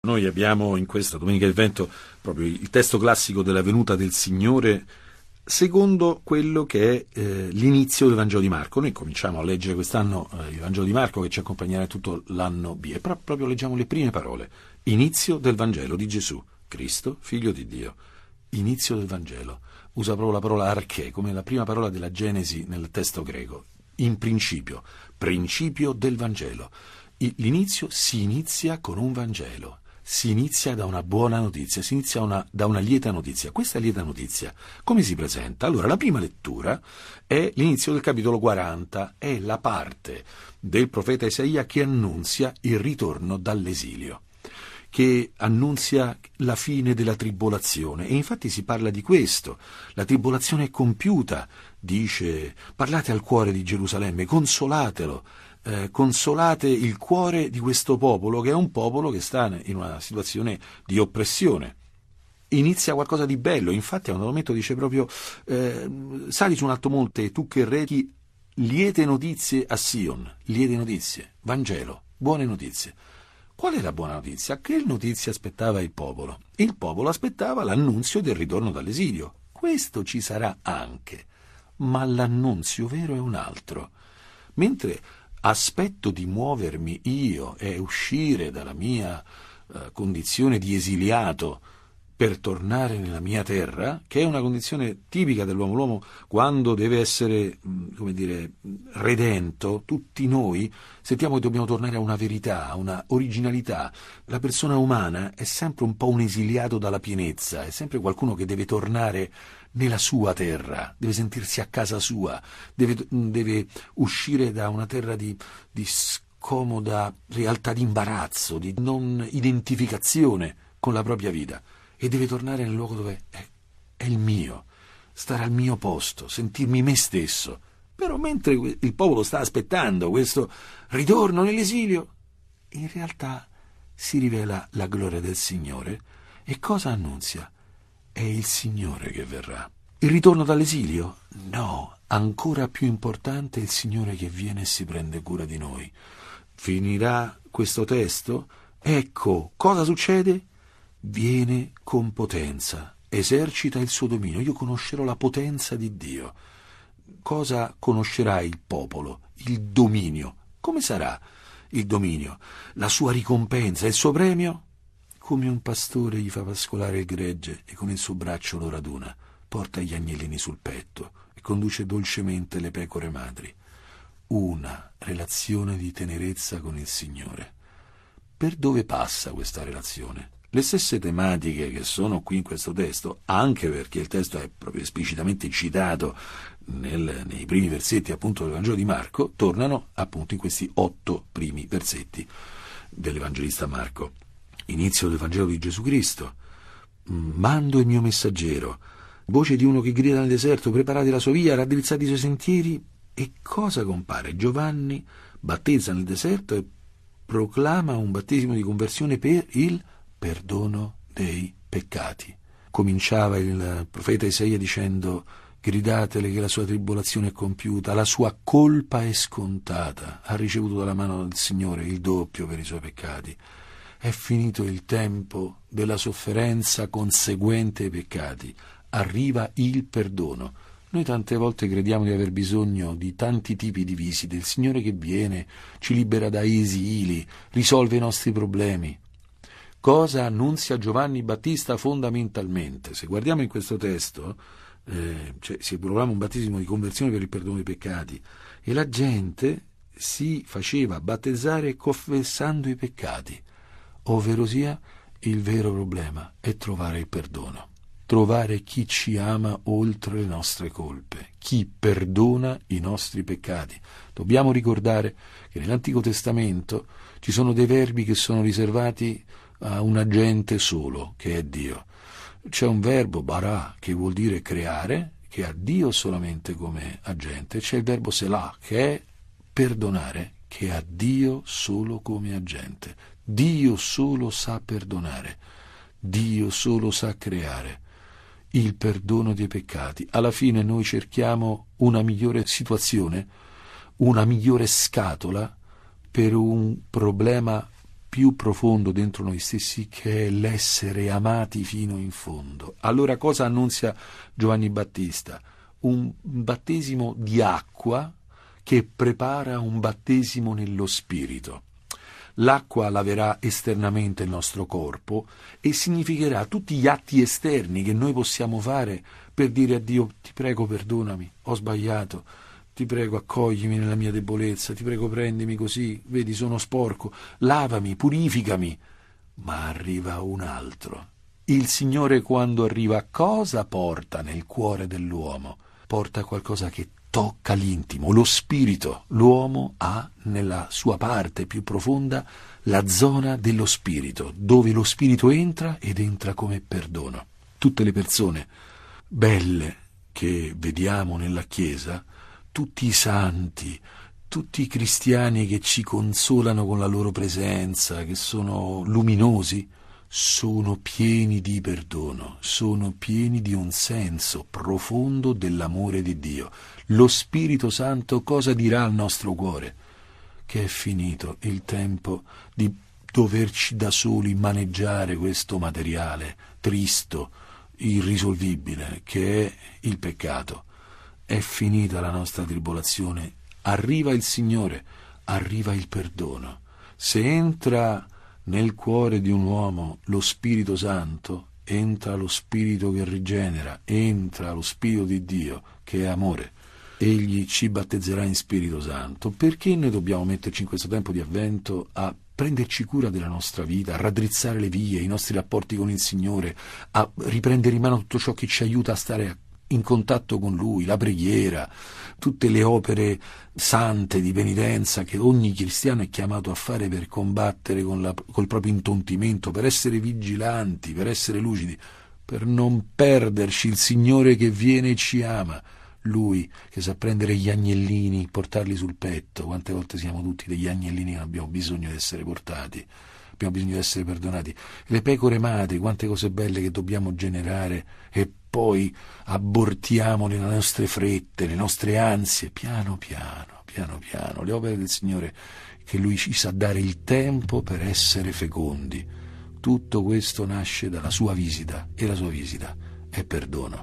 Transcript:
Noi abbiamo in questa Domenica del Vento proprio il testo classico della venuta del Signore secondo quello che è l'inizio del Vangelo di Marco. Noi cominciamo a leggere quest'anno il Vangelo di Marco che ci accompagnerà tutto l'anno B, e proprio leggiamo le prime parole. Inizio del Vangelo di Gesù, Cristo, figlio di Dio. Inizio del Vangelo. Usa proprio la parola arché, come la prima parola della Genesi nel testo greco. In principio del Vangelo. L'inizio si inizia con un Vangelo. Si inizia da una buona notizia, si inizia da una lieta notizia. Questa lieta notizia come si presenta? Allora, la prima lettura è l'inizio del capitolo 40, è la parte del profeta Isaia che annunzia il ritorno dall'esilio, che annunzia la fine della tribolazione, e infatti si parla di questo. La tribolazione è compiuta, dice: parlate al cuore di Gerusalemme, consolatelo. Consolate il cuore di questo popolo, che è un popolo che sta in una situazione di oppressione. Inizia qualcosa di bello, infatti a un momento dice proprio sali su un alto monte, tu che rechi liete notizie a Sion, liete notizie, Vangelo, buone notizie. Qual è la buona notizia? Che notizia aspettava il popolo? Il popolo aspettava l'annunzio del ritorno dall'esilio. Questo ci sarà anche, ma l'annunzio vero è un altro. Mentre aspetto di muovermi io e uscire dalla mia condizione di esiliato per tornare nella mia terra, che è una condizione tipica dell'uomo. L'uomo, quando deve essere, redento, tutti noi sentiamo che dobbiamo tornare a una verità, a una originalità. La persona umana è sempre un po' un esiliato dalla pienezza, è sempre qualcuno che deve tornare nella sua terra, deve sentirsi a casa sua, deve uscire da una terra di scomoda realtà di imbarazzo, di non identificazione con la propria vita, e deve tornare nel luogo dove è il mio, stare al mio posto, sentirmi me stesso. Però mentre il popolo sta aspettando questo ritorno nell'esilio, in realtà si rivela la gloria del Signore. E cosa annunzia? È il Signore che verrà. Il ritorno dall'esilio? No, ancora più importante è il Signore che viene e si prende cura di noi. Finirà questo testo? Ecco, cosa succede? Viene con potenza, esercita il suo dominio. Io conoscerò la potenza di Dio. Cosa conoscerà il popolo? Il dominio. Come sarà il dominio? La sua ricompensa, il suo premio? Come un pastore gli fa pascolare il gregge e con il suo braccio lo raduna, porta gli agnellini sul petto e conduce dolcemente le pecore madri. Una relazione di tenerezza con il Signore. Per dove passa questa relazione? Le stesse tematiche che sono qui in questo testo, anche perché il testo è proprio esplicitamente citato nei primi versetti appunto del Vangelo di Marco, tornano appunto in questi 8 primi versetti dell'Evangelista Marco. Inizio del Vangelo di Gesù Cristo. Mando il mio messaggero, voce di uno che grida nel deserto: preparate la sua via, raddrizzate i suoi sentieri. E cosa compare? Giovanni battezza nel deserto e proclama un battesimo di conversione per il perdono dei peccati. Cominciava il profeta Isaia dicendo: gridatele che la sua tribolazione è compiuta, la sua colpa è scontata, ha ricevuto dalla mano del Signore il doppio per i suoi peccati. È finito il tempo della sofferenza conseguente ai peccati, arriva il perdono. Noi tante volte crediamo di aver bisogno di tanti tipi di visite, il Signore che viene, ci libera dai esili, risolve i nostri problemi. Cosa annunzia Giovanni Battista fondamentalmente? Se guardiamo in questo testo, si proclama un battesimo di conversione per il perdono dei peccati, e la gente si faceva battezzare confessando i peccati. Ovvero sia, il vero problema è trovare il perdono, trovare chi ci ama oltre le nostre colpe, chi perdona i nostri peccati. Dobbiamo ricordare che nell'Antico Testamento ci sono dei verbi che sono riservati a un agente solo, che è Dio. C'è un verbo, bara, che vuol dire creare, che ha Dio solamente come agente. C'è il verbo selah, che è perdonare, che ha Dio solo come agente. Dio solo sa perdonare, Dio solo sa creare il perdono dei peccati. Alla fine noi cerchiamo una migliore situazione, una migliore scatola per un problema più profondo dentro noi stessi, che è l'essere amati fino in fondo. Allora cosa annunzia Giovanni Battista? Un battesimo di acqua che prepara un battesimo nello Spirito. L'acqua laverà esternamente il nostro corpo e significherà tutti gli atti esterni che noi possiamo fare per dire a Dio: ti prego perdonami, ho sbagliato, ti prego accoglimi nella mia debolezza, ti prego prendimi così, vedi sono sporco, lavami, purificami. Ma arriva un altro. Il Signore, quando arriva, cosa porta nel cuore dell'uomo? Porta qualcosa che tocca l'intimo, lo spirito. L'uomo ha nella sua parte più profonda la zona dello spirito, dove lo spirito entra ed entra come perdono. Tutte le persone belle che vediamo nella Chiesa, tutti i santi, tutti i cristiani che ci consolano con la loro presenza, che sono luminosi, sono pieni di perdono, sono pieni di un senso profondo dell'amore di Dio. Lo Spirito Santo cosa dirà al nostro cuore? Che è finito il tempo di doverci da soli maneggiare questo materiale tristo, irrisolvibile, che è il peccato. È finita la nostra tribolazione, arriva il Signore, arriva il perdono. Se entra nel cuore di un uomo lo Spirito Santo, entra lo Spirito che rigenera, entra lo Spirito di Dio che è amore. Egli ci battezzerà in Spirito Santo. Perché noi dobbiamo metterci in questo tempo di Avvento a prenderci cura della nostra vita, a raddrizzare le vie, i nostri rapporti con il Signore, a riprendere in mano tutto ciò che ci aiuta a stare in contatto con Lui, la preghiera, tutte le opere sante di penitenza che ogni cristiano è chiamato a fare per combattere col proprio intontimento, per essere vigilanti, per essere lucidi, per non perderci il Signore che viene e ci ama. Lui che sa prendere gli agnellini, portarli sul petto. Quante volte siamo tutti degli agnellini che abbiamo bisogno di essere portati, abbiamo bisogno di essere perdonati. Le pecore madri, quante cose belle che dobbiamo generare e poi abortiamo le nostre frette, le nostre ansie, piano piano, le opere del Signore, che Lui ci sa dare il tempo per essere fecondi. Tutto questo nasce dalla sua visita, e la sua visita è perdono.